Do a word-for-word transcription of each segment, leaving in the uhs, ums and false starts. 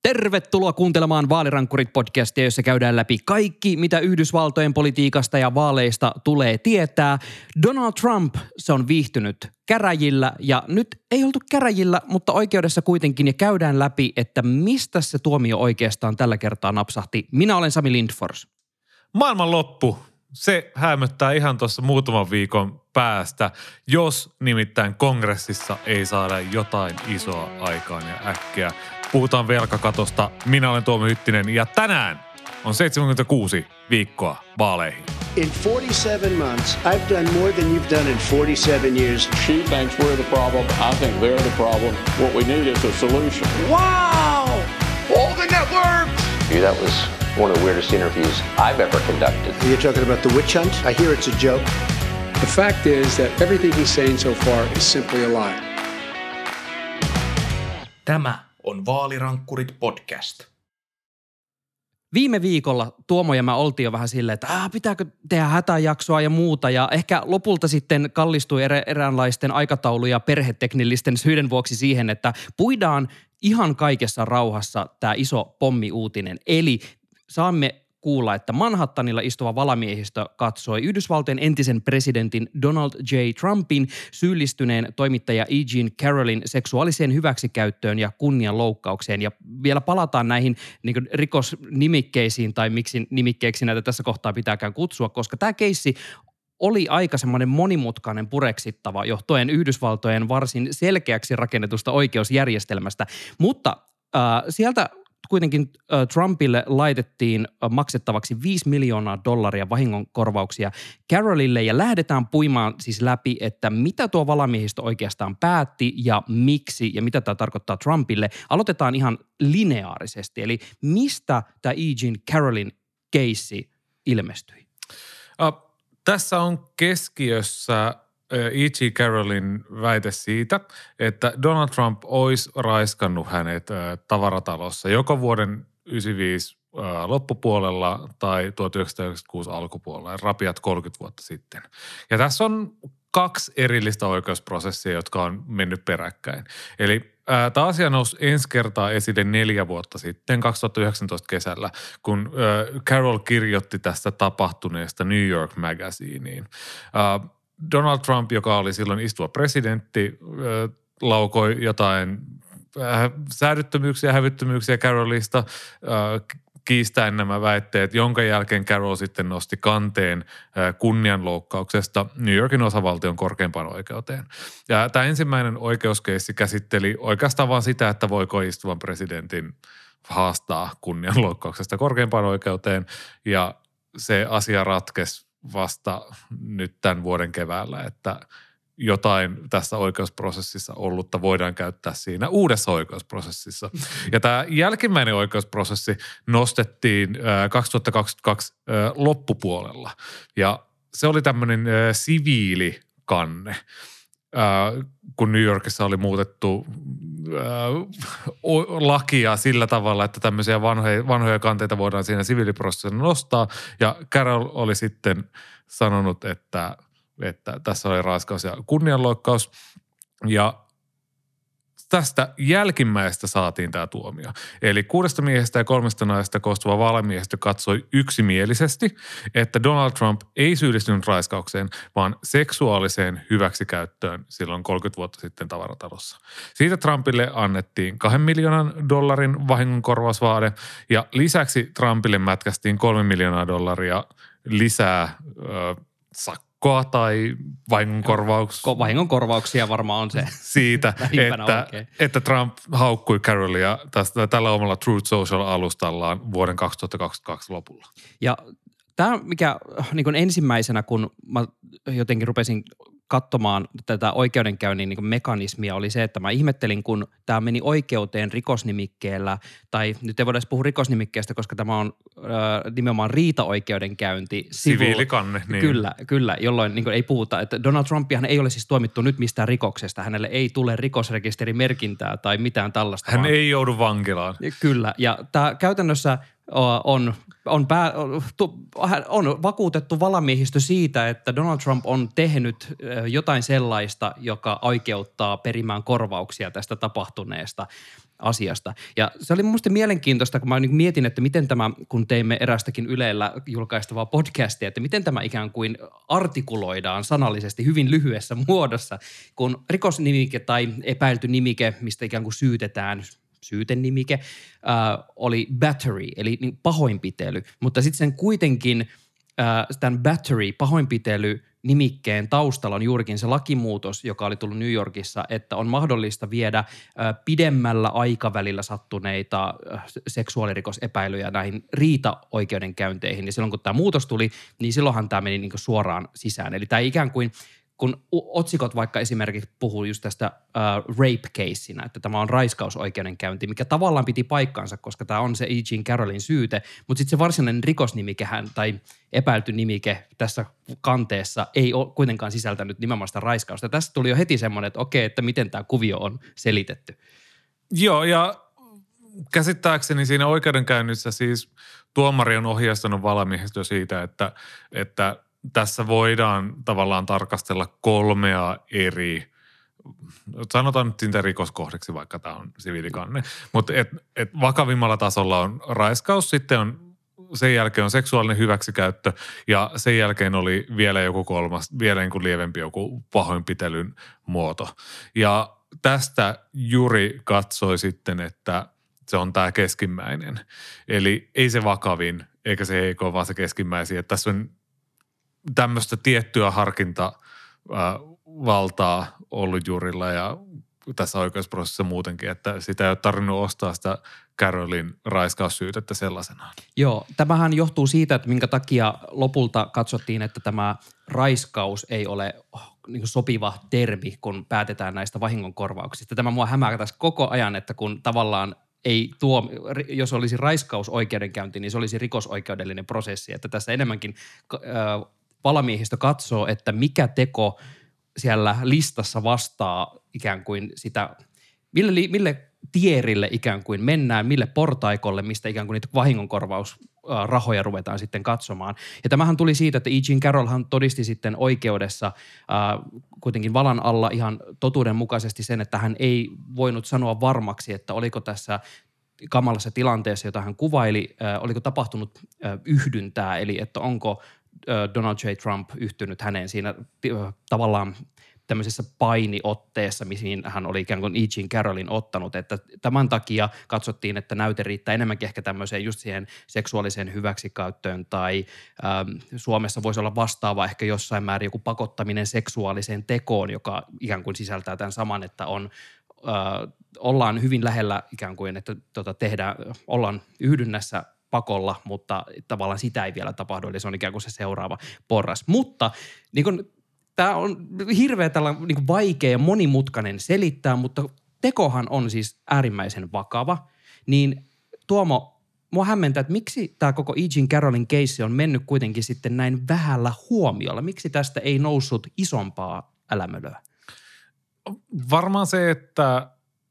Tervetuloa kuuntelemaan Vaalirankkurit-podcastia, jossa käydään läpi kaikki, mitä Yhdysvaltojen politiikasta ja vaaleista tulee tietää. Donald Trump, se on viihtynyt käräjillä ja nyt ei oltu käräjillä, mutta oikeudessa kuitenkin ja käydään läpi, että mistä se tuomio oikeastaan tällä kertaa napsahti. Minä olen Sami Lindfors. Maailman loppu. Se häämöttää ihan tuossa muutaman viikon päästä, jos nimittäin kongressissa ei saada jotain isoa aikaan ja äkkiä. Puhutaan velkakatosta. Minä olen Tuomo Hyttinen ja tänään on seitsemänkymmentäkuusi viikkoa vaaleihin. In forty-seven months, I've done more than you've done in forty-seven years. She thinks we're the problem. I think they're the problem. What we need is a solution. Wow! All the networks! That was one of the weirdest interviews I've ever conducted. You're talking about the witch hunt? I hear it's a joke. The fact is that everything he's saying so far is simply a lie. Tämä on Vaalirankkurit podcast. Viime viikolla Tuomo ja mä oltiin jo vähän silleen, että ah, pitääkö tehdä hätäjaksoa ja muuta. Ja ehkä lopulta sitten kallistui erä, eräänlaisten aikataulu- ja perheteknillisten syiden vuoksi siihen, että puidaan ihan kaikessa rauhassa tämä iso pommiuutinen. Eli saamme kuulla, että Manhattanilla istuva valamiehistö katsoi Yhdysvaltojen entisen presidentin Donald J. Trumpin syyllistyneen toimittaja E. Jean Carrollin seksuaaliseen hyväksikäyttöön ja kunnianloukkaukseen. Ja vielä palataan näihin niin kuin rikosnimikkeisiin tai miksi nimikkeeksi näitä tässä kohtaa pitääkään kutsua, koska tämä keissi oli aika semmoinen monimutkainen pureksittava johtuen Yhdysvaltojen varsin selkeäksi rakennetusta oikeusjärjestelmästä. Mutta äh, sieltä kuitenkin äh, Trumpille laitettiin äh, maksettavaksi viisi miljoonaa dollaria vahingonkorvauksia Carrollille ja lähdetään puimaan siis läpi, että mitä tuo valamiehistö oikeastaan päätti ja miksi ja mitä tämä tarkoittaa Trumpille. Aloitetaan ihan lineaarisesti, eli mistä tämä E. Jean Carrollin keissi ilmestyi? Uh, tässä on keskiössä E G. Carrollin väite siitä, että Donald Trump olisi raiskannut hänet tavaratalossa joko vuoden yhdeksänkymmentäviisi loppupuolella tai tuhatyhdeksänsataayhdeksänkymmentäkuusi alkupuolella, rapiat kolmekymmentä vuotta sitten. Ja tässä on kaksi erillistä oikeusprosessia, jotka on mennyt peräkkäin. Eli ää, tämä asia nousi ensi kertaa esille neljä vuotta sitten, kaksituhattayhdeksäntoista kesällä, kun ää, Carroll kirjoitti tästä tapahtuneesta New York Magazineen. Ää, Donald Trump, joka oli silloin istuva presidentti, laukoi jotain säädyttömyyksiä ja hävyttömyyksiä Carrollista, kiistäen nämä väitteet, jonka jälkeen Carroll sitten nosti kanteen kunnianloukkauksesta New Yorkin osavaltion korkeimpaan oikeuteen. Ja tämä ensimmäinen oikeuskeissi käsitteli oikeastaan vain sitä, että voiko istuvan presidentin haastaa kunnianloukkauksesta korkeimpaan oikeuteen, ja se asia ratkesi vasta nyt tämän vuoden keväällä, että jotain tässä oikeusprosessissa ollutta voidaan käyttää siinä uudessa oikeusprosessissa. Ja tämä jälkimmäinen oikeusprosessi nostettiin kaksituhattakaksikymmentäkaksi loppupuolella ja se oli tämmöinen siviilikanne, kun New Yorkissa oli muutettu lakia sillä tavalla, että tämmöisiä vanhoja, vanhoja kanteita voidaan siinä siviiliprosessissa nostaa. Ja Carroll oli sitten sanonut, että, että tässä oli raiskaus ja kunnianloukkaus. Ja tästä jälkimmäistä saatiin tämä tuomio. Eli kuudesta miehestä ja kolmesta naisesta koostuva valamiehistö katsoi yksimielisesti, että Donald Trump ei syyllistynyt raiskaukseen, vaan seksuaaliseen hyväksikäyttöön silloin kolmekymmentä vuotta sitten tavaratalossa. Siitä Trumpille annettiin kahden miljoonan dollarin vahingonkorvausvaade ja lisäksi Trumpille mätkästiin kolme miljoonaa dollaria lisää äh, sakkoa. tai vahingonkorvauksia. Vahingonkorvauksia varmaan on se. Siitä, että, että Trump haukkui Carrollia tästä, tällä omalla Truth Social-alustallaan vuoden kaksituhattakaksikymmentäkaksi lopulla. Ja tämä, mikä niin kuin ensimmäisenä, kun mä jotenkin rupesin katsomaan tätä oikeudenkäynnin niin kuin mekanismia, oli se, että mä ihmettelin, kun tämä meni oikeuteen rikosnimikkeellä, tai nyt ei voida edes puhua rikosnimikkeestä, koska tämä on äh, nimenomaan riita-oikeudenkäynti. Siviilikanne. Niin. Kyllä, kyllä, jolloin niin kuin ei puhuta, että Donald Trumpihan ei ole siis tuomittu nyt mistään rikoksesta, hänelle ei tule rikosrekisterimerkintää tai mitään tällaista. Hän vaan. ei joudu vankilaan. Kyllä, ja tämä käytännössä on, on, pää, on vakuutettu valamiehistö siitä, että Donald Trump on tehnyt jotain sellaista, joka oikeuttaa perimään korvauksia tästä tapahtuneesta. asiasta. Ja se oli minusta mielenkiintoista, kun mä niin mietin, että miten tämä, kun teimme erästäkin Ylellä julkaistavaa podcastia, että miten tämä ikään kuin artikuloidaan sanallisesti hyvin lyhyessä muodossa, kun rikosnimike tai epäilty nimike, mistä ikään kuin syytetään, syytenimike, äh, oli battery, eli niin pahoinpitely, mutta sitten sen kuitenkin äh, tämän battery, pahoinpitely, nimikkeen taustalla on juurikin se lakimuutos, joka oli tullut New Yorkissa, että on mahdollista viedä pidemmällä aikavälillä sattuneita seksuaalirikosepäilyjä näihin riita-oikeudenkäynteihin. Ja silloin kun tämä muutos tuli, niin silloinhan tämä meni niin kuin suoraan sisään. Eli tämä ikään kuin, kun otsikot vaikka esimerkiksi puhuu just tästä uh, rape-keissinä, että tämä on raiskausoikeudenkäynti, mikä tavallaan piti paikkaansa, koska tämä on se E. Jean Carrollin syyte, mutta sitten se varsinainen rikosnimikehän tai epäilty nimike tässä kanteessa ei ole kuitenkaan sisältänyt nimenomaan sitä raiskausta. Tästä tuli jo heti semmoinen, että okei, että miten tämä kuvio on selitetty. Joo, ja käsittääkseni siinä oikeudenkäynnissä siis tuomari on ohjeistanut valamiehistöä siitä, että, että tässä voidaan tavallaan tarkastella kolmea eri, sanotaan nyt siitä rikoskohdeksi, vaikka tämä on siviilikanne, mutta et, et vakavimmalla tasolla on raiskaus, sitten on, sen jälkeen on seksuaalinen hyväksikäyttö ja sen jälkeen oli vielä joku kolmas, vielä niin kuin lievempi joku pahoinpitelyn muoto. Ja tästä Juri katsoi sitten, että se on tämä keskimmäinen. Eli ei se vakavin eikä se heikoin, vaan se keskimmäisin. Että tässä on tämmöistä tiettyä harkintavaltaa ollut Jurilla ja tässä oikeusprosessissa muutenkin, että sitä ei ole tarvinnut ostaa sitä Carrollin raiskaussyytettä sellaisenaan. Joo, tämähän johtuu siitä, että minkä takia lopulta katsottiin, että tämä raiskaus ei ole niin kuin sopiva termi, kun päätetään näistä vahingonkorvauksista. Tämä mua hämää tässä koko ajan, että kun tavallaan ei tuo, jos olisi raiskausoikeudenkäynti, niin se olisi rikosoikeudellinen prosessi, että tässä enemmänkin äh, valamiehistö katsoo, että mikä teko siellä listassa vastaa ikään kuin sitä, mille, mille tierille ikään kuin mennään, mille portaikolle, mistä ikään kuin niitä vahingonkorvausrahoja ruvetaan sitten katsomaan. Ja tämähän tuli siitä, että E. Jean Carrollhan todisti sitten oikeudessa ää, kuitenkin valan alla ihan totuudenmukaisesti sen, että hän ei voinut sanoa varmaksi, että oliko tässä kamalassa tilanteessa, jota hän kuvaili, ää, oliko tapahtunut ää, yhdyntää, eli että onko Donald J. Trump yhtynyt häneen siinä tavallaan tämmöisessä painiotteessa, mihin hän oli ikään kuin E. Jean Carrollin ottanut, että tämän takia katsottiin, että näyte riittää enemmänkin ehkä tämmöiseen just siihen seksuaaliseen hyväksikäyttöön tai ähm, Suomessa voisi olla vastaava ehkä jossain määrin joku pakottaminen seksuaaliseen tekoon, joka ikään kuin sisältää tämän saman, että on äh, ollaan hyvin lähellä ikään kuin, että tota, tehdään, ollaan yhdynnässä pakolla, mutta tavallaan sitä ei vielä tapahdu, eli se on ikään kuin se seuraava porras. Mutta niin kuin, tämä on hirveä tällainen niin kuin vaikea ja monimutkainen selittää, mutta tekohan on siis äärimmäisen vakava. Niin Tuomo, mua hämmentää, että miksi tämä koko E. Jean Carrollin keissi on mennyt kuitenkin sitten näin vähällä huomiolla? Miksi tästä ei noussut isompaa älämölöä? Varmaan se, että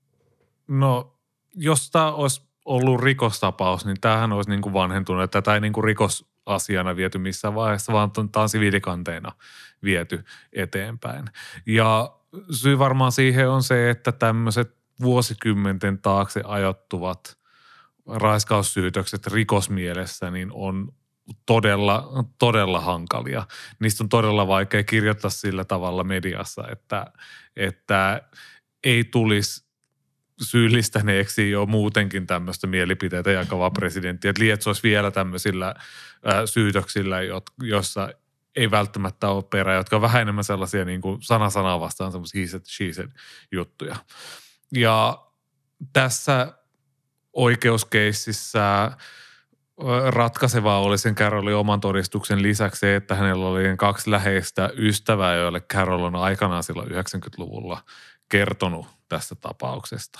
no jos tämä olisi ollut rikostapaus, niin tämähän olisi niin kuin vanhentunut, että tätä ei niin kuin rikosasiana viety missään vaiheessa, vaan tämä on siviilikanteena viety eteenpäin. Ja syy varmaan siihen on se, että tämmöiset vuosikymmenten taakse ajoittuvat raiskaussyytökset rikosmielessä niin on todella, todella hankalia. Niistä on todella vaikea kirjoittaa sillä tavalla mediassa, että, että ei tulisi syyllistäneeksi jo muutenkin tämmöistä mielipiteitä jakavaa presidenttiä, että lietsoisi vielä tämmöisillä ää, syytöksillä, jossa ei välttämättä ole perä, jotka on vähän enemmän sellaisia niin kuin sana sanaa vastaan semmoisia he said, she said juttuja. Ja tässä oikeuskeississä ratkaisevaa oli sen Carrollin oman todistuksen lisäksi se, että hänellä oli kaksi läheistä ystävää, joille Carroll on aikanaan silloin yhdeksänkymmentäluvulla kertonut tästä tapauksesta.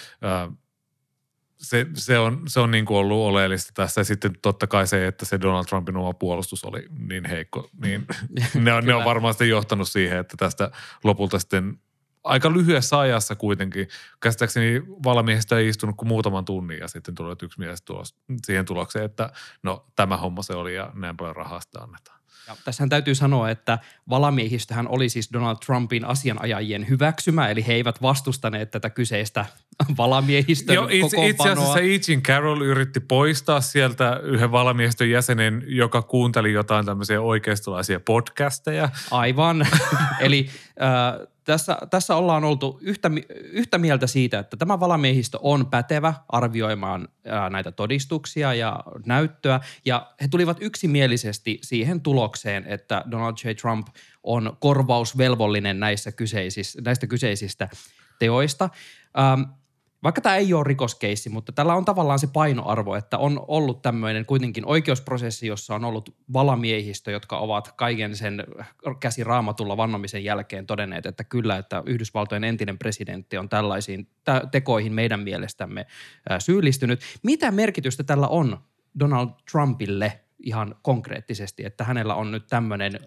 Se, se on, se on niin kuin ollut oleellista tässä. Ja sitten totta kai se, että se Donald Trumpin oma puolustus oli niin heikko, niin ne on, ne on varmaan sitten johtanut siihen, että tästä lopulta sitten aika lyhyessä ajassa kuitenkin, käsittääkseni valamiehistä ei istunut kuin muutaman tunnin ja sitten tuli yksi mies tulos, siihen tulokseen, että no tämä homma se oli ja näin paljon rahaa sitä annetaan. Ja tässähän täytyy sanoa, että valamiehistöhän oli siis Donald Trumpin asianajajien hyväksymä, eli he eivät vastustaneet tätä kyseistä valamiehistön Joo, itse, kokoonpanoa. itse asiassa E. Jean Carroll yritti poistaa sieltä yhden valamiehistön jäsenen, joka kuunteli jotain tämmöisiä oikeistolaisia podcasteja. Aivan. Eli äh, tässä, tässä ollaan oltu yhtä, yhtä mieltä siitä, että tämä valamiehistö on pätevä arvioimaan äh, näitä todistuksia ja näyttöä. Ja he tulivat yksimielisesti siihen tulokseen, että Donald J. Trump on korvausvelvollinen näissä kyseisistä, näistä kyseisistä teoista. Ähm, Vaikka tämä ei ole rikoskeissi, mutta tällä on tavallaan se painoarvo, että on ollut tämmöinen kuitenkin oikeusprosessi, jossa on ollut valamiehistö, jotka ovat kaiken sen käsiraamatulla vannomisen jälkeen todenneet, että kyllä, että Yhdysvaltojen entinen presidentti on tällaisiin tekoihin meidän mielestämme syyllistynyt. Mitä merkitystä tällä on Donald Trumpille ihan konkreettisesti, että hänellä on nyt tämmöinen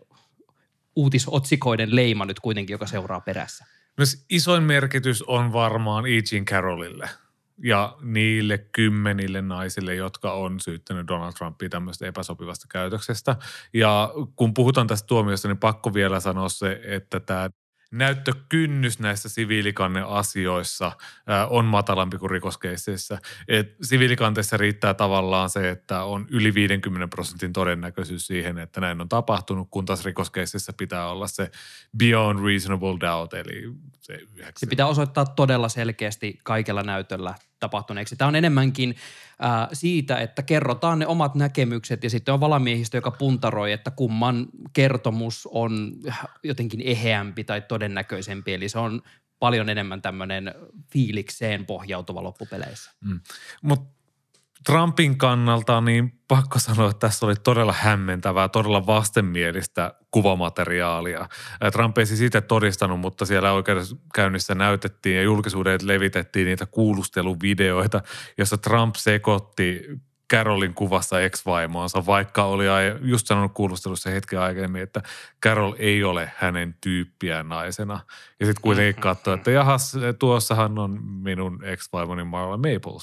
uutisotsikoiden leima nyt kuitenkin, joka seuraa perässä? Myös isoin merkitys on varmaan E. Jean Carrollille ja niille kymmenille naisille, jotka on syyttänyt Donald Trumpia tämmöistä epäsopivasta käytöksestä. Ja kun puhutaan tästä tuomiosta, niin pakko vielä sanoa se, että tämä näyttökynnys näissä siviilikanneasioissa on matalampi kuin rikoskeisseissä. Et siviilikanteessa riittää tavallaan se, että on yli viidenkymmenen prosentin todennäköisyys siihen, että näin on tapahtunut, kun taas rikoskeisseissä pitää olla se beyond reasonable doubt, eli se yhdeksän. Se pitää osoittaa todella selkeästi kaikella näytöllä tapahtuneeksi. Tämä on enemmänkin äh, siitä, että kerrotaan ne omat näkemykset ja sitten on valamiehistö, joka puntaroi, että kumman kertomus on jotenkin eheämpi tai todennäköisempi. Eli se on paljon enemmän tämmöinen fiilikseen pohjautuva loppupeleissä. Mm. Mutta Trumpin kannalta niin pakko sanoa, että tässä oli todella hämmentävää, todella vastenmielistä kuvamateriaalia. Trump ei siis itse todistanut, mutta siellä oikeudenkäynnissä näytettiin ja julkisuudet levitettiin niitä kuulusteluvideoita, jossa Trump sekoitti Carrollin kuvassa ex-vaimoansa, vaikka oli just sanonut kuulustelussa hetken aikaisemmin, että Carroll ei ole hänen tyyppiään naisena. Ja sitten kuitenkin katsoi, että jahas, tuossahan on minun ex-vaimoni Marla Maples.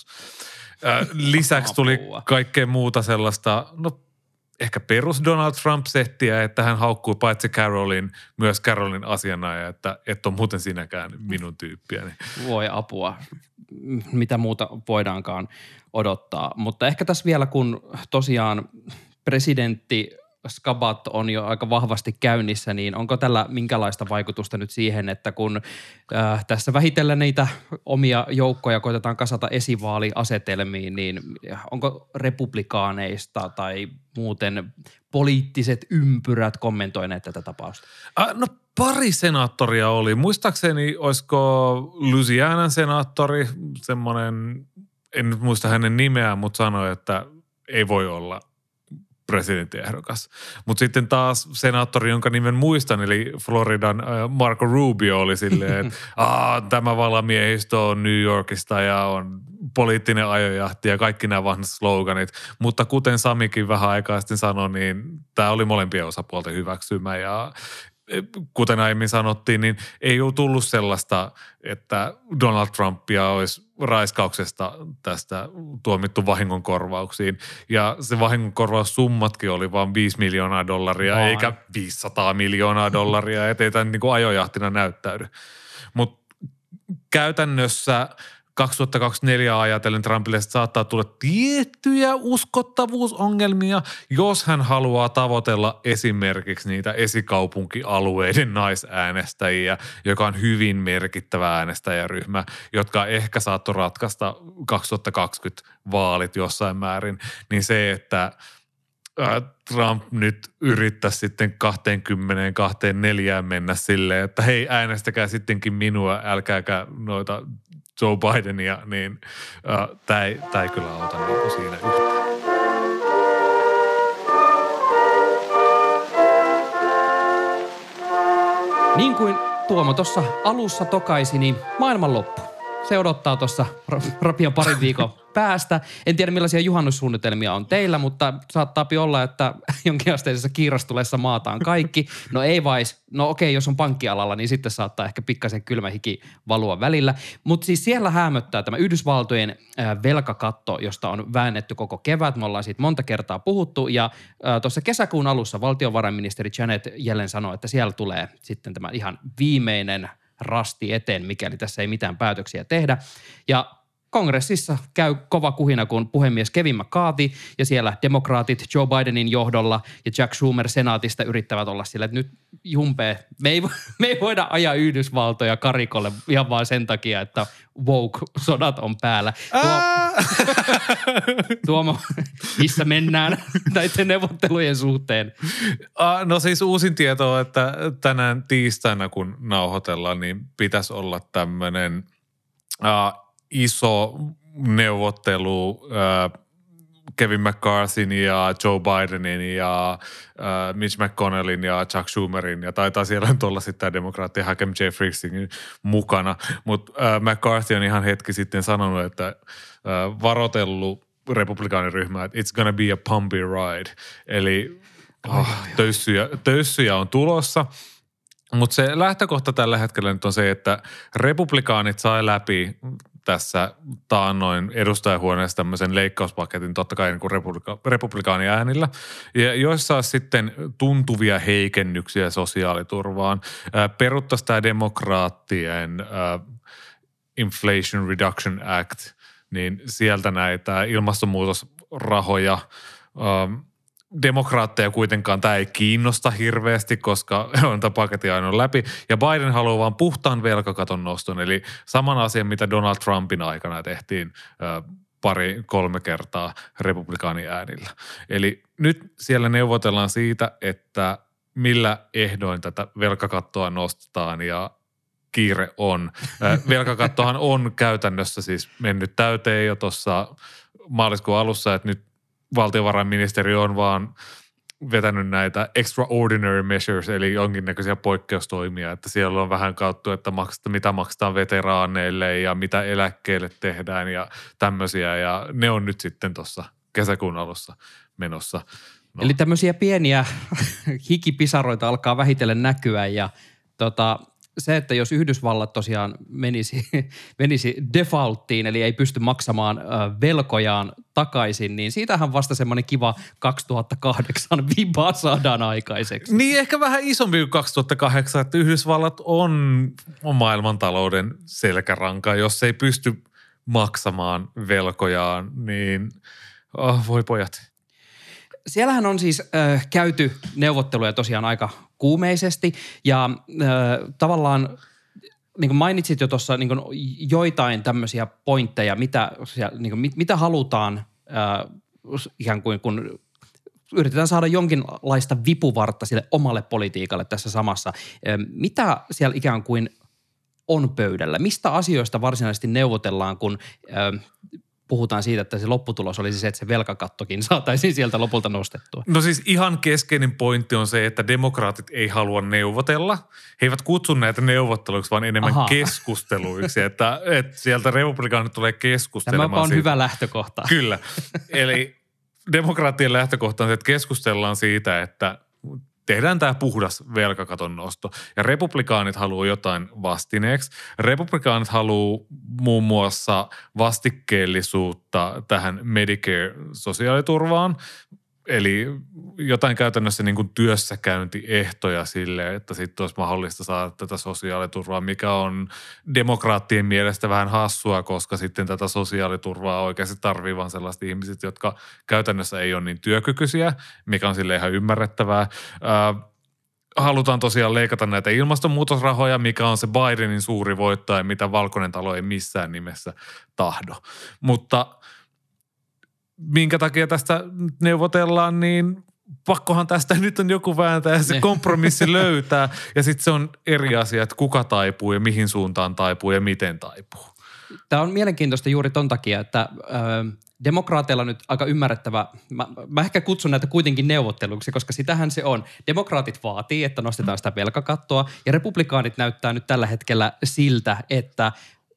Lisäksi tuli kaikkea muuta sellaista, no ehkä perus Donald Trump-settiä, että hän haukkui paitsi Carrollin, myös Carrollin asianajaja, että et on muuten sinäkään minun tyyppiäni. Voi apua. Mitä muuta voidaankaan odottaa. Mutta ehkä tässä vielä, kun tosiaan presidentti Skabat on jo aika vahvasti käynnissä, niin onko tällä minkälaista vaikutusta nyt siihen, että kun äh, tässä vähitellen niitä omia joukkoja koitetaan kasata esivaaliasetelmiin, niin onko republikaaneista tai muuten poliittiset ympyrät kommentoineet tätä tapausta? Äh, no pari senaattoria oli. Muistaakseni olisiko Louisianan senaattori, semmoinen, en nyt muista hänen nimeään, mutta sanoi, että ei voi olla presidenttiehdokas. Mutta sitten taas senaattori, jonka nimen muistan, eli Floridan Marco Rubio oli silleen, että tämä valamiehistö on New Yorkista ja on poliittinen ajojahti ja kaikki nämä vanhat sloganit. Mutta kuten Samikin vähän aikaa sitten sanoi, niin tämä oli molempien osapuolten hyväksymä ja kuten aiemmin sanottiin, niin ei ole tullut sellaista, että Donald Trumpia olisi raiskauksesta tästä tuomittu vahingonkorvauksiin. Ja se vahingonkorvaussummatkin oli vain viisi miljoonaa dollaria, Vaan. eikä viisisataa miljoonaa dollaria, ettei tämä niin kuin ajojahtina näyttäydy. Mutta käytännössä kaksituhattakaksikymmentäneljä ajatellen Trumpille saattaa tulla tiettyjä uskottavuusongelmia, jos hän haluaa tavoitella esimerkiksi niitä esikaupunkialueiden naisäänestäjiä, joka on hyvin merkittävä äänestäjäryhmä, jotka ehkä saattoi ratkaista kaksituhattakaksikymmentä vaalit jossain määrin, niin se, että Trump nyt yrittää sitten kaksikymmentä kaksikymmentäneljä mennä silleen, että hei äänestäkää sittenkin minua, älkääkä noita Joe Bidenia, niin äh, tämä ei, ei kyllä auta niin siinä yhtään. Niin kuin Tuomo tuossa alussa tokaisi, niin maailmanloppu. se odottaa tuossa rapian parin viikon päästä. En tiedä millaisia juhannussuunnitelmia on teillä, mutta saattaapi olla, että jonkinasteisessa kiirastulessa maataan kaikki. No ei vais. No okei, jos on pankkialalla, niin sitten saattaa ehkä pikkasen kylmä hiki valua välillä. Mutta siis siellä hämöttää tämä Yhdysvaltojen velkakatto, josta on väännetty koko kevät. Me ollaan siitä monta kertaa puhuttu ja tuossa kesäkuun alussa valtiovarainministeri Janet Yellen sanoi, että siellä tulee sitten tämä ihan viimeinen rasti eteen, mikäli tässä ei mitään päätöksiä tehdä. Ja kongressissa käy kova kuhina, kun puhemies Kevin McCarthy ja siellä demokraatit Joe Bidenin johdolla ja Jack Schumer senaatista yrittävät olla sillä, että nyt jumpee. Me ei, me ei voida ajaa Yhdysvaltoja karikolle ihan vaan sen takia, että woke-sodat on päällä. Tuo, Tuomo, missä mennään näiden neuvottelujen suhteen? No siis uusin tieto on, että tänään tiistaina kun nauhoitellaan, niin pitäisi olla tämmöinen uh, iso neuvottelu äh, Kevin McCarthyn ja Joe Bidenin ja äh, Mitch McConnellin ja Chuck Schumerin ja taitaa siellä nyt olla sitten tämä demokraatti Hakeem Jeffrieskin mukana. Mutta äh, McCarthy on ihan hetki sitten sanonut, että äh, varoitellut republikaaniryhmää, että it's gonna be a pumpy ride. Eli oh, töyssyjä, töyssyjä on tulossa. Mutta se lähtökohta tällä hetkellä nyt on se, että republikaanit sai läpi tässä taannoin edustajahuoneessa tämmöisen leikkauspaketin, totta kai niin kuin republika- republikaaniäänillä, ja joissa on sitten tuntuvia heikennyksiä sosiaaliturvaan. Peruttaisi tämä demokraattien uh, Inflation Reduction Act, niin sieltä näitä ilmastonmuutosrahoja uh, demokraatteja kuitenkaan tämä ei kiinnosta hirveästi, koska on tämä paketti aina läpi. Ja Biden haluaa vaan puhtaan velkakaton noston, eli saman asian, mitä Donald Trumpin aikana tehtiin ö, pari, kolme kertaa republikaaniäänillä. Eli nyt siellä neuvotellaan siitä, että millä ehdoin tätä velkakattoa nostetaan ja kiire on. Velkakattohan on käytännössä siis mennyt täyteen jo tuossa maaliskuun alussa, että nyt valtiovarainministeri on vaan vetänyt näitä extraordinary measures, eli jonkinnäköisiä poikkeustoimia, että siellä on vähän kautta, että maksata, mitä maksetaan veteraaneille ja mitä eläkkeelle tehdään ja tämmöisiä, ja ne on nyt sitten tuossa kesäkuun alussa menossa. No. Eli tämmöisiä pieniä hikipisaroita alkaa vähitellen näkyä ja tota, se, että jos Yhdysvallat tosiaan menisi, menisi defaulttiin, eli ei pysty maksamaan velkojaan takaisin, niin siitähän vasta semmoinen kiva kaksituhattakahdeksan viba saadaan aikaiseksi. Niin ehkä vähän isompi kuin kaksituhattakahdeksan, että Yhdysvallat on, on maailmantalouden selkäranka. Jos ei pysty maksamaan velkojaan, niin oh, voi pojat. Siellähän on siis äh, käyty neuvotteluja tosiaan aika kuumeisesti ja äh, tavallaan niin kuin mainitsit jo tuossa niin kuin joitain tämmöisiä pointteja, mitä, niin kuin, mit, mitä halutaan äh, ikään kuin kun yritetään saada jonkinlaista vipuvartta sille omalle politiikalle tässä samassa. Äh, mitä siellä ikään kuin on pöydällä? Mistä asioista varsinaisesti neuvotellaan, kun äh, puhutaan siitä, että se lopputulos olisi se, että se velkakattokin saataisiin sieltä lopulta nostettua? No siis ihan keskeinen pointti on se, että demokraatit ei halua neuvotella. He eivät kutsu näitä neuvotteluiksi, vaan enemmän Aha. keskusteluiksi, että, että sieltä republikaanit tulee keskustelemaan. Tämä on siitä. Hyvä lähtökohta. Kyllä. Eli demokraattien lähtökohta on se, että keskustellaan siitä, että tehdään tämä puhdas velkakaton nosto. Ja republikaanit haluaa jotain vastineeksi. Republikaanit haluaa muun muassa vastikkeellisuutta tähän Medicare-sosiaaliturvaan. Eli jotain käytännössä niin kuin työssäkäyntiehtoja sille, että sitten olisi mahdollista saada tätä sosiaaliturvaa, mikä on demokraattien mielestä vähän hassua, koska sitten tätä sosiaaliturvaa oikeasti tarvii vaan sellaiset ihmiset, jotka käytännössä ei ole niin työkykyisiä, mikä on sille ihan ymmärrettävää. Äh, halutaan tosiaan leikata näitä ilmastonmuutosrahoja, mikä on se Bidenin suuri voittaja, mitä Valkoinen talo ei missään nimessä tahdo. Mutta minkä takia tästä neuvotellaan, niin pakkohan tästä nyt on joku vääntää ja se kompromissi löytää. Ja sitten se on eri asia, että kuka taipuu ja mihin suuntaan taipuu ja miten taipuu. Tämä on mielenkiintoista juuri ton takia, että ö, demokraateilla on nyt aika ymmärrettävä, mä, mä ehkä kutsun näitä kuitenkin neuvotteluksi, koska sitähän se on. Demokraatit vaatii, että nostetaan sitä velkakattoa ja republikaanit näyttää nyt tällä hetkellä siltä, että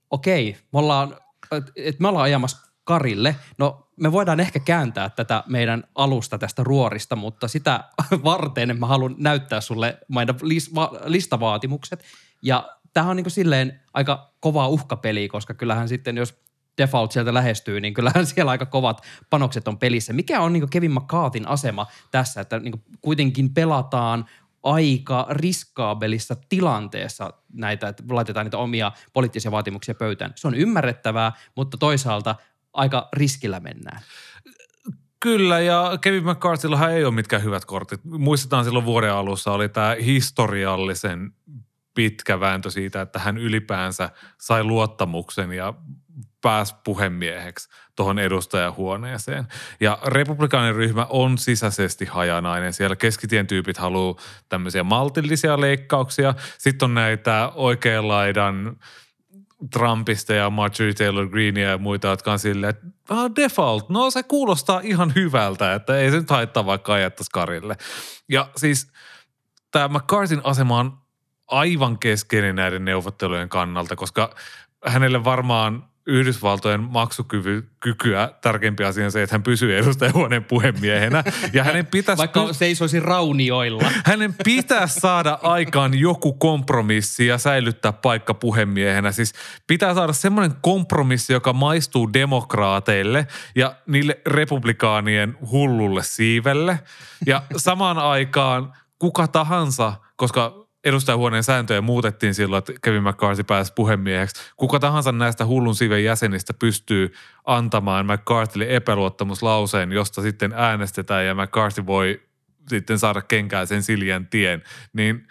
okei, me ollaan, et me ollaan ajamassa Karille. No me voidaan ehkä kääntää tätä meidän alusta tästä ruorista, mutta sitä varten mä haluan näyttää sulle meidän listavaatimukset. Ja tämähän on niin kuin silleen aika kovaa uhkapeliä, koska kyllähän sitten jos Default sieltä lähestyy, niin kyllähän siellä aika kovat panokset on pelissä. Mikä on niin kuin Kevin McCarthyn asema tässä, että niin kuin kuitenkin pelataan aika riskaabelissa tilanteessa näitä, että laitetaan niitä omia poliittisia vaatimuksia pöytään. Se on ymmärrettävää, mutta toisaalta aika riskillä mennään. Kyllä, ja Kevin McCarthyllahan ei ole mitkään hyvät kortit. Muistetaan silloin vuoden alussa oli tämä historiallisen pitkä vääntö siitä, että hän ylipäänsä sai luottamuksen ja pääsi puhemieheksi tuohon edustajahuoneeseen. Ja republikaaniryhmä on sisäisesti hajanainen. Siellä keskitien tyypit haluaa tämmöisiä maltillisia leikkauksia. Sitten on näitä oikean laidan Trumpista ja Marjorie Taylor Greenia ja muita, jotka on silleen, että ah, default, no se kuulostaa ihan hyvältä, että ei se nyt haittaa vaikka ajattaisi Karille. Ja siis tämä McCarthyn asema on aivan keskeinen näiden neuvottelujen kannalta, koska hänelle varmaan Yhdysvaltojen maksukykyä tärkeimpi asia on se, että hän pysyy edustajahuoneen puhemiehenä. Ja hänen pitäisi Vaikka py- seisoisi raunioilla. Hänen pitäisi saada aikaan joku kompromissi ja säilyttää paikka puhemiehenä. Siis pitää saada semmoinen kompromissi, joka maistuu demokraateille ja niille republikaanien hullulle siivelle. Ja samaan aikaan kuka tahansa, koska edustajahuoneen sääntöjä muutettiin silloin, että Kevin McCarthy pääsi puhemieheksi. Kuka tahansa näistä hullun siiven jäsenistä pystyy antamaan McCarthylle epäluottamuslauseen, josta sitten äänestetään ja McCarthy voi sitten saada kenkään sen Siljän tien. Niin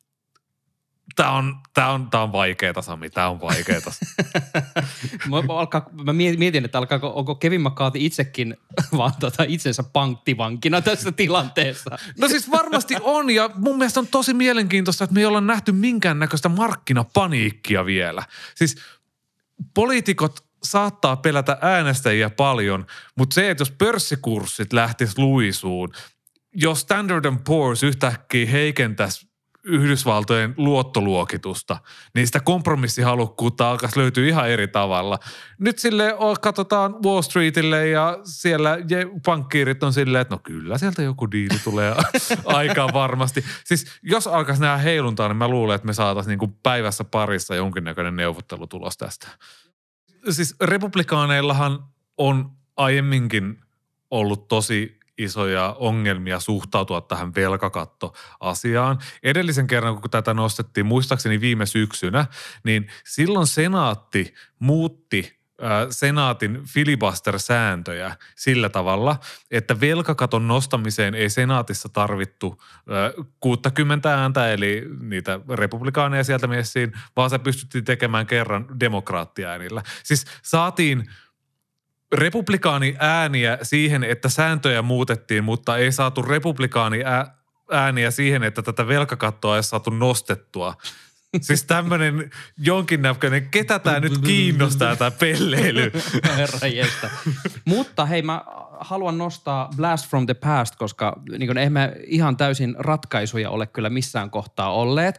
Tämä on, tää on, tää on vaikeeta, Sami. Tämä on vaikeeta. mä, alkaa, mä mietin, että alkaako, onko Kevin McCarthy itsekin vaan tota itsensä pankkivankina tässä tilanteessa. No siis varmasti on, ja mun mielestä on tosi mielenkiintoista, että me ei olla nähty minkäännäköistä markkinapaniikkia vielä. Siis poliitikot saattaa pelätä äänestäjiä paljon, mutta se, että jos pörssikurssit lähtis luisuun, jos Standard and Poor's yhtäkkiä heikentäisi Yhdysvaltojen luottoluokitusta, niin sitä kompromissihalukkuutta alkaisi löytyä ihan eri tavalla. Nyt sille katsotaan Wall Streetille ja siellä pankkiirit on silleen, että no kyllä sieltä joku diili tulee aikaan varmasti. Siis jos alkaisi nämä heiluntaa, niin mä luulen, että me saataisiin niin kuin päivässä parissa jonkinnäköinen neuvottelutulos tästä. Siis republikaaneillahan on aiemminkin ollut tosi isoja ongelmia suhtautua tähän velkakattoasiaan. Edellisen kerran, kun tätä nostettiin, muistaakseni viime syksynä, niin silloin senaatti muutti äh, senaatin filibuster-sääntöjä sillä tavalla, että velkakaton nostamiseen ei senaatissa tarvittu äh, kuusikymmentä ääntä, eli niitä republikaaneja sieltä messiin, vaan se pystyttiin tekemään kerran demokraattiäänillä. Siis saatiin republikaani ääniä siihen, että sääntöjä muutettiin, mutta ei saatu republikaani ääniä siihen, että tätä velkakattoa ei saatu nostettua. Siis tämmöinen jonkinnäköinen, ketä tämä nyt kiinnostaa tämä pelleily. Herra jestä. Mutta hei, mä haluan nostaa Blast from the Past, koska niin kun, eihän me ihan täysin ratkaisuja ole kyllä missään kohtaa olleet.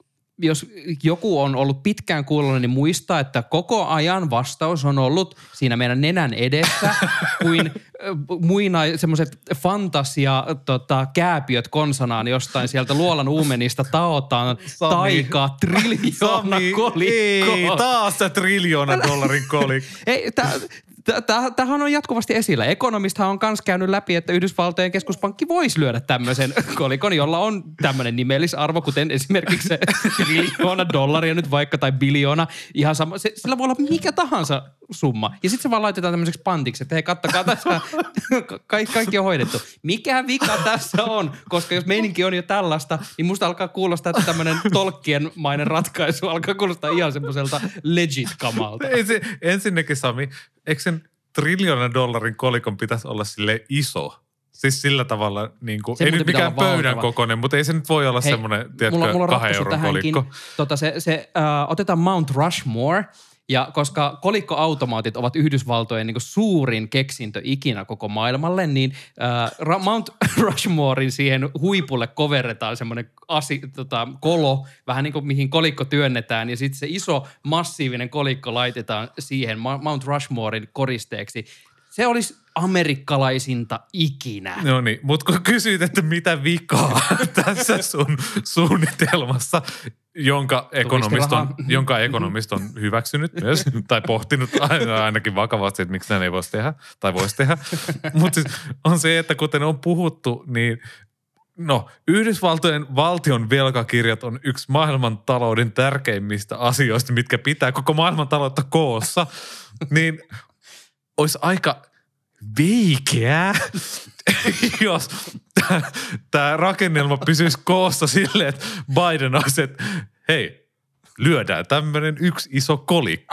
Jos joku on ollut pitkään kuulollinen, niin muistaa, että koko ajan vastaus on ollut siinä meidän nenän edessä, kuin muina semmoiset fantasia tota, kääpiöt konsanaan jostain sieltä luolan uumenista taotaan Sami, taika triljoona Sami, kolikkoa. Ei, taas se triljoona dollarin kolikko. Ei, tää... Tämähän on jatkuvasti esillä. Ekonomisthan on myös käynyt läpi, että Yhdysvaltojen keskuspankki voisi lyödä tämmöisen kolikon, jolla on tämmöinen nimellisarvo, kuten esimerkiksi se triljoona dollaria nyt vaikka tai biljoona. Ihan sama. Se, sillä voi olla mikä tahansa summa. Ja sitten se vaan laitetaan tämmöiseksi pantiksi, että hei kattokaa tässä, Ka- kaikki on hoidettu. Mikä vika tässä on? Koska jos meininki on jo tällaista, niin musta alkaa kuulostaa, että tämmöinen tolkkienmainen ratkaisu alkaa kuulostaa ihan semmoiselta legit-kamalta. Ensin, ensinnäkin Sami, eikö sen triljoonan dollarin kolikon pitäisi olla sille iso? Siis sillä tavalla, niin kuin, ei nyt mikään pöydän valtava kokoinen, mutta ei se nyt voi olla Hei, semmoinen, tiedätkö, mulla, mulla kahden euron kolikko. Tota, se, se, uh, otetaan Mount Rushmore Ja koska kolikkoautomaatit ovat Yhdysvaltojen niin kuin suurin keksintö ikinä koko maailmalle, niin äh, Mount Rushmorein siihen huipulle koverretaan semmoinen asi, tota, kolo, vähän niin kuin mihin kolikko työnnetään, ja sitten se iso massiivinen kolikko laitetaan siihen Mount Rushmorein koristeeksi. Se olisi amerikkalaisinta ikinä. No niin, mutta kun kysyt, että mitä vikaa tässä sun suunnitelmassa, jonka ekonomist on, jonka ekonomist on hyväksynyt myös, tai pohtinut ainakin vakavasti, että miksi näin ei voisi tehdä, tai voisi tehdä. Mutta siis on se, että kuten on puhuttu, niin no, Yhdysvaltojen valtion velkakirjat on yksi maailman talouden tärkeimmistä asioista, mitkä pitää koko maailman taloutta koossa, niin olisi aika veikeää, jos tämä rakennelma pysyisi koossa silleen, että Biden olisi, että hei, lyödään tämmöinen yksi iso kolikko.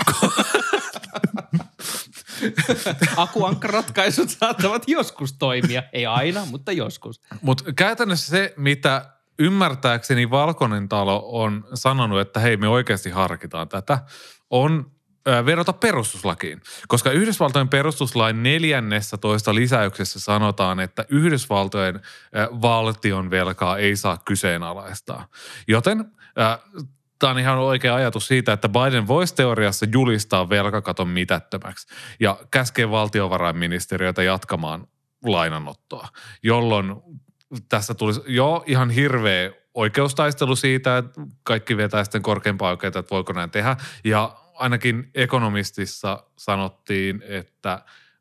Akuankkaratkaisut saattavat joskus toimia. Ei aina, mutta joskus. Mutta käytännössä se, mitä ymmärtääkseni Valkoinen talo on sanonut, että hei, me oikeasti harkitaan tätä, on verrata perustuslakiin, koska Yhdysvaltojen perustuslain neljännessä toista lisäyksessä sanotaan, että Yhdysvaltojen valtion velkaa ei saa kyseenalaistaa. Joten äh, tämä on ihan oikea ajatus siitä, että Biden voisi teoriassa julistaa velkakaton mitättömäksi ja käskee valtiovarainministeriötä jatkamaan lainanottoa, jolloin tässä tulisi jo ihan hirveä oikeustaistelu siitä, että kaikki vetää sitten korkeimpaa oikeutta, että voiko näin tehdä, ja ainakin Ekonomistissa sanottiin, että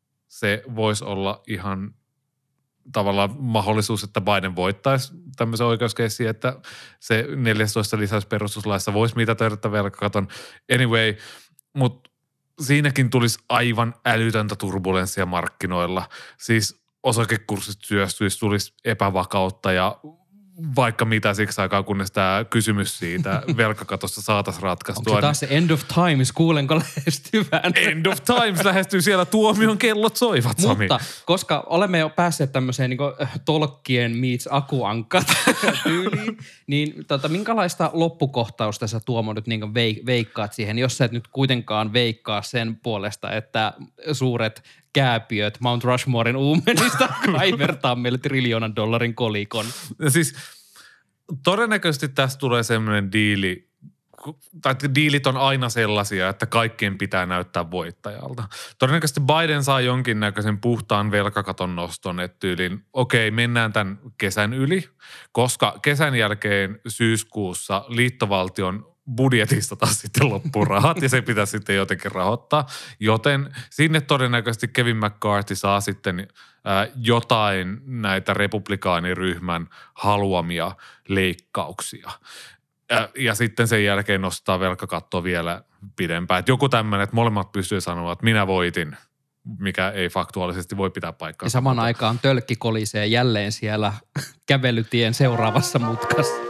se voisi olla ihan tavallaan mahdollisuus, että Biden voittaisi tämmöisen oikeuskeissin, että se neljästoista lisäys perustuslaissa voisi mitata velkakaton. Anyway, mutta siinäkin tulisi aivan älytöntä turbulenssia markkinoilla. Siis osakekurssit syöstyisi, tulisi epävakautta ja vaikka mitä siksi aikaa, kunnes tämä kysymys siitä velkakatosta saataisiin ratkaistua. Onko se taas se end of times, kuulenko lähestyvään? End of times lähestyy siellä, tuomion kellot soivat, Sami. Mutta koska olemme jo päässeet tämmöiseen niin Tolkien meets Akuankkat tyyliin, niin tota, minkälaista loppukohtausta sä Tuomo nyt niin veikkaat siihen, jos sä et nyt kuitenkaan veikkaa sen puolesta, että suuret kääpiöt Mount Rushmoren uumenista kaivertaa meille triljoonan dollarin kolikon. Siis todennäköisesti tästä tulee semmoinen diili, tai diilit on aina sellaisia, että kaikkien pitää näyttää voittajalta. Todennäköisesti Biden saa jonkinnäköisen puhtaan velkakaton noston, että tyyliin, okei, mennään tämän kesän yli, koska kesän jälkeen syyskuussa liittovaltion budjetista taas sitten loppuu rahat ja se pitää sitten jotenkin rahoittaa, joten sinne todennäköisesti Kevin McCarthy saa sitten ää, jotain näitä republikaaniryhmän haluamia leikkauksia. Ja, ja sitten sen jälkeen nostaa velkakattoa vielä pidempään. Et joku tämmöinen, että molemmat pystyy sanoa, että minä voitin, mikä ei faktuaalisesti voi pitää paikkaa. Ja saman aikaan tölkki kolisee jälleen siellä kävelytien seuraavassa mutkassa.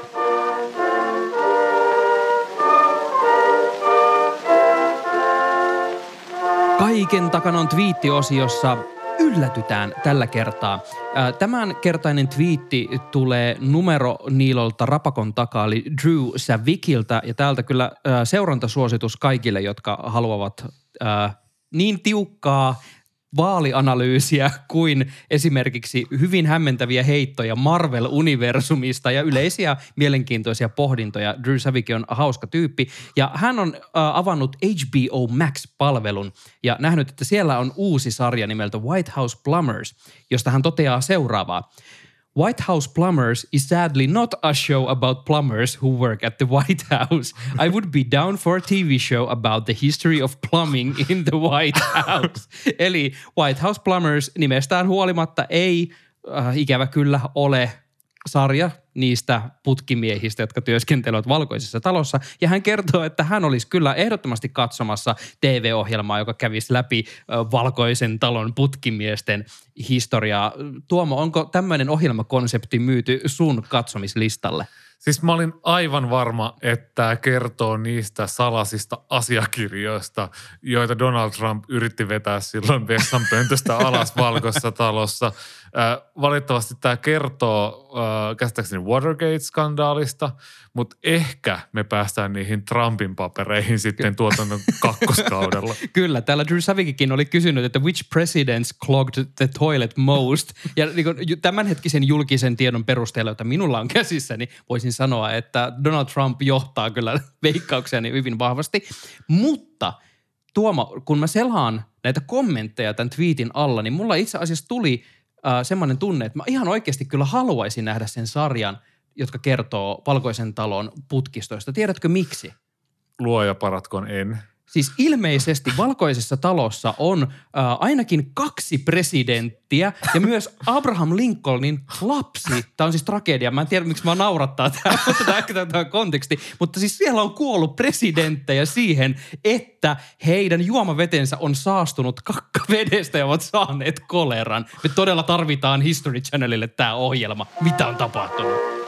Kaiken takana on twiittiosiossa. Yllätytään tällä kertaa. Tämän kertainen twiitti tulee numero Niilolta Rapakon takaa, eli Drew Savicilta, ja täältä kyllä seurantasuositus kaikille, jotka haluavat niin tiukkaa vaalianalyysiä kuin esimerkiksi hyvin hämmentäviä heittoja Marvel-universumista ja yleisiä mielenkiintoisia pohdintoja. Drew Savic on hauska tyyppi ja hän on äh, avannut H B O Max-palvelun ja nähnyt, että siellä on uusi sarja nimeltä White House Plumbers, josta hän toteaa seuraavaa. White House Plumbers is sadly not a show about plumbers who work at the White House. I would be down for a T V show about the history of plumbing in the White House. Eli White House Plumbers nimestään huolimatta ei äh, ikävä kyllä ole sarja niistä putkimiehistä, jotka työskentelevät Valkoisessa talossa. Ja hän kertoo, että hän olisi kyllä ehdottomasti katsomassa T V-ohjelmaa, joka kävisi läpi Valkoisen talon putkimiesten historiaa. Tuomo, onko tämmöinen ohjelmakonsepti myyty sun katsomislistalle? Siis mä olin aivan varma, että tämä kertoo niistä salasista asiakirjoista, joita Donald Trump yritti vetää silloin vessanpöntöstä alas Valkoisessa talossa. Äh, valitettavasti tämä kertoo äh, käsittääkseni Watergate-skandaalista, mutta ehkä me päästään niihin Trumpin papereihin sitten tuotannon kakkoskaudella. Kyllä, täällä Drew Savickikin oli kysynyt, että which presidents clogged the toilet most? Ja niin kuin, tämänhetkisen julkisen tiedon perusteella, jota minulla on käsissä, niin voisin sanoa, että Donald Trump johtaa kyllä veikkauksiani hyvin vahvasti. Mutta Tuomo, kun mä selaan näitä kommentteja tämän tweetin alla, niin mulla itse asiassa tuli äh, semmoinen tunne, että mä ihan oikeasti kyllä haluaisin nähdä sen sarjan, jotka kertoo Valkoisen talon putkistoista. Tiedätkö miksi? Luoja paratkoon en. Siis ilmeisesti Valkoisessa talossa on äh, ainakin kaksi presidenttiä ja myös Abraham Lincolnin lapsi. Tämä on siis tragedia. Mä en tiedä, miksi mä naurattaa tämä, mutta tämä on tämä konteksti. Mutta siis siellä on kuollut presidenttejä siihen, että heidän juomavetensä on saastunut kakkavedestä ja ovat saaneet koleran. Me todella tarvitaan History Channelille tämä ohjelma. Mitä on tapahtunut?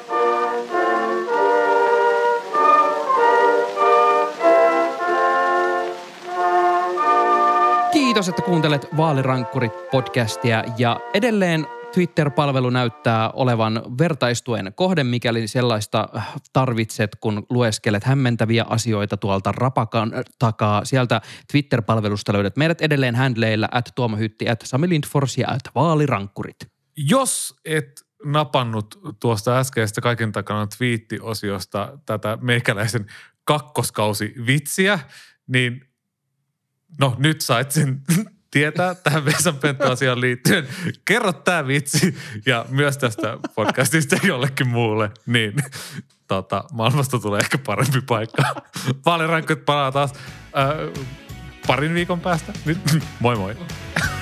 Kiitos, että kuuntelet Vaalirankkurit-podcastia ja edelleen Twitter-palvelu näyttää olevan vertaistuen kohde, mikäli sellaista tarvitset, kun lueskelet hämmentäviä asioita tuolta rapakan takaa. Sieltä Twitter-palvelusta löydät meidät edelleen handleilla at Tuomo Hytti, at Sami Lindfors ja at Vaalirankkurit. Jos et napannut tuosta äskeisestä kaiken takana twiittiosiosta tätä meikäläisen kakkoskausi-vitsiä, niin no nyt sait sen tietää tähän Vesanpentto-asiaan liittyen. Kerro tämä vitsi ja myös tästä podcastista jollekin muulle, niin tota, maailmasta tulee ehkä parempi paikka. Vaalirankkurit palaa taas äh, parin viikon päästä. Nyt, moi moi.